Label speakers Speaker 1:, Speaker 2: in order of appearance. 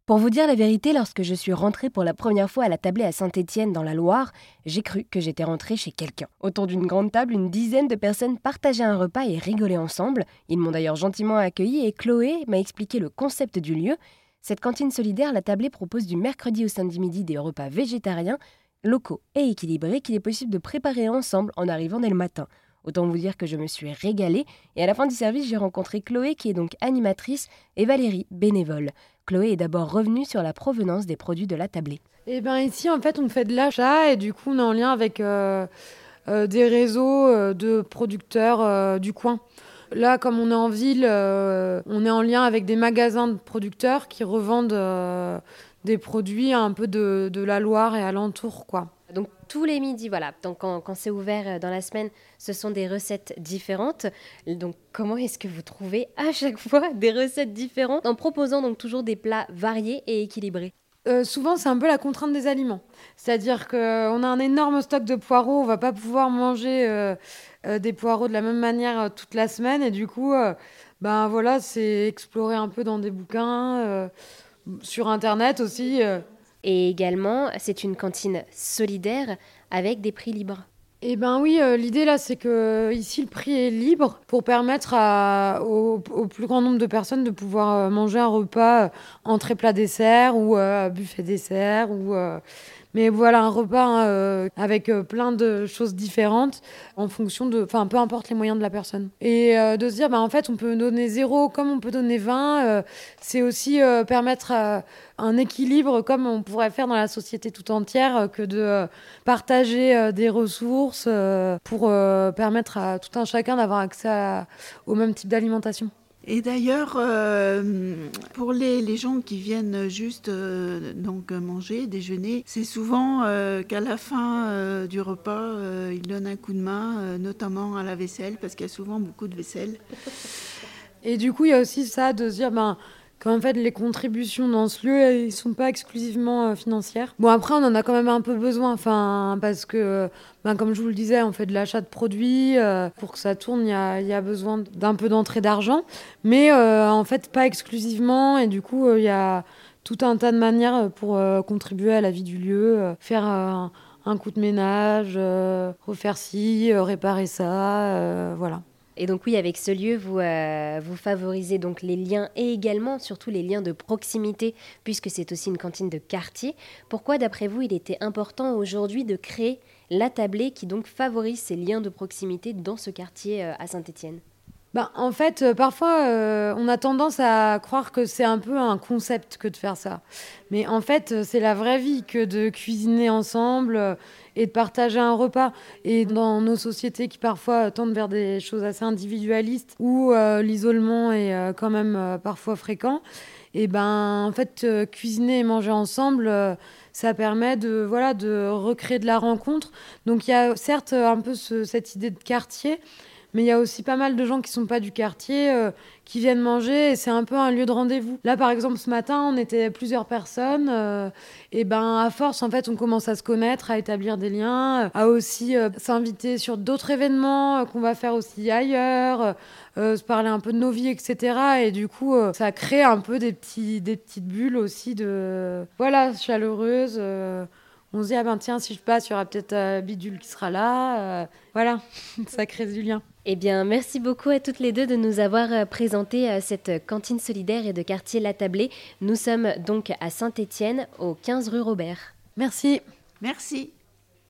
Speaker 1: Pour vous dire la vérité, lorsque je suis rentrée pour la première fois à la tablée à Saint-Étienne dans la Loire, j'ai cru que j'étais rentrée chez quelqu'un. Autour d'une grande table, une dizaine de personnes partageaient un repas et rigolaient ensemble. Ils m'ont d'ailleurs gentiment accueillie et Chloé m'a expliqué le concept du lieu. Cette cantine solidaire, la tablée propose du mercredi au samedi midi des repas végétariens, locaux et équilibrés qu'il est possible de préparer ensemble en arrivant dès le matin. Autant vous dire que je me suis régalée et à la fin du service, j'ai rencontré Chloé qui est donc animatrice et Valérie, bénévole. Chloé est d'abord revenue sur la provenance des produits de la tablée.
Speaker 2: Et ben ici, en fait, on fait de l'achat et du coup, on est en lien avec des réseaux de producteurs du coin. Là, comme on est en ville, on est en lien avec des magasins de producteurs qui revendent des produits un peu de la Loire et alentour, quoi.
Speaker 1: Donc tous les midis, voilà. Donc quand c'est ouvert dans la semaine, ce sont des recettes différentes. Donc comment est-ce que vous trouvez à chaque fois des recettes différentes en proposant donc toujours des plats variés et équilibrés?
Speaker 2: Souvent, c'est un peu la contrainte des aliments. C'est-à-dire qu'on a un énorme stock de poireaux, on va pas pouvoir manger des poireaux de la même manière toute la semaine. Et du coup, ben voilà, c'est explorer un peu dans des bouquins, sur Internet aussi.
Speaker 1: Et également, c'est une cantine solidaire avec des prix libres.
Speaker 2: Eh ben oui, l'idée là, c'est que ici le prix est libre pour permettre au plus grand nombre de personnes de pouvoir manger un repas entrée plat dessert ou buffet dessert ou mais voilà un repas hein, avec plein de choses différentes en fonction de, enfin peu importe les moyens de la personne. Et de se dire, bah en fait, on peut donner 0 comme on peut donner 20. C'est aussi permettre un équilibre comme on pourrait faire dans la société tout entière que de partager des ressources pour permettre à tout un chacun d'avoir accès au même type d'alimentation.
Speaker 3: Et d'ailleurs, pour les gens qui viennent juste donc manger, déjeuner, c'est souvent qu'à la fin du repas, ils donnent un coup de main, notamment à la vaisselle, parce qu'il y a souvent beaucoup de vaisselle.
Speaker 2: Et du coup, il y a aussi ça de se dire, ben, qu'en fait, les contributions dans ce lieu, ils sont pas exclusivement financières. Bon, après, on en a quand même un peu besoin, enfin, parce que, ben, comme je vous le disais, on fait de l'achat de produits. Pour que ça tourne, il y a besoin d'un peu d'entrée d'argent. Mais en fait, pas exclusivement. Et du coup, il y a tout un tas de manières pour contribuer à la vie du lieu, faire un coup de ménage, refaire ci, réparer ça, voilà.
Speaker 1: Et donc oui, avec ce lieu, vous favorisez donc les liens et également surtout les liens de proximité puisque c'est aussi une cantine de quartier. Pourquoi d'après vous il était important aujourd'hui de créer la tablée qui donc favorise ces liens de proximité dans ce quartier à Saint-Étienne?
Speaker 2: Ben, en fait, parfois, on a tendance à croire que c'est un peu un concept que de faire ça. Mais en fait, c'est la vraie vie que de cuisiner ensemble et de partager un repas. Et dans nos sociétés qui parfois tendent vers des choses assez individualistes, où l'isolement est quand même parfois fréquent, et ben, en fait, cuisiner et manger ensemble, ça permet de, voilà, de recréer de la rencontre. Donc il y a certes un peu cette idée de quartier, mais il y a aussi pas mal de gens qui sont pas du quartier, qui viennent manger et c'est un peu un lieu de rendez-vous. Là, par exemple, ce matin, on était plusieurs personnes. Et ben, à force, en fait, on commence à se connaître, à établir des liens, à aussi s'inviter sur d'autres événements qu'on va faire aussi ailleurs, se parler un peu de nos vies, etc. Et du coup, ça crée un peu des petites bulles aussi de, voilà, chaleureuses. On se dit, ah ben tiens, si je passe, il y aura peut-être Bidule qui sera là. Voilà, ça crée du lien.
Speaker 1: Eh bien, merci beaucoup à toutes les deux de nous avoir présenté cette cantine solidaire et de quartier La Tablée. Nous sommes donc à Saint-Étienne, au 15 rue Robert.
Speaker 2: Merci.
Speaker 3: Merci.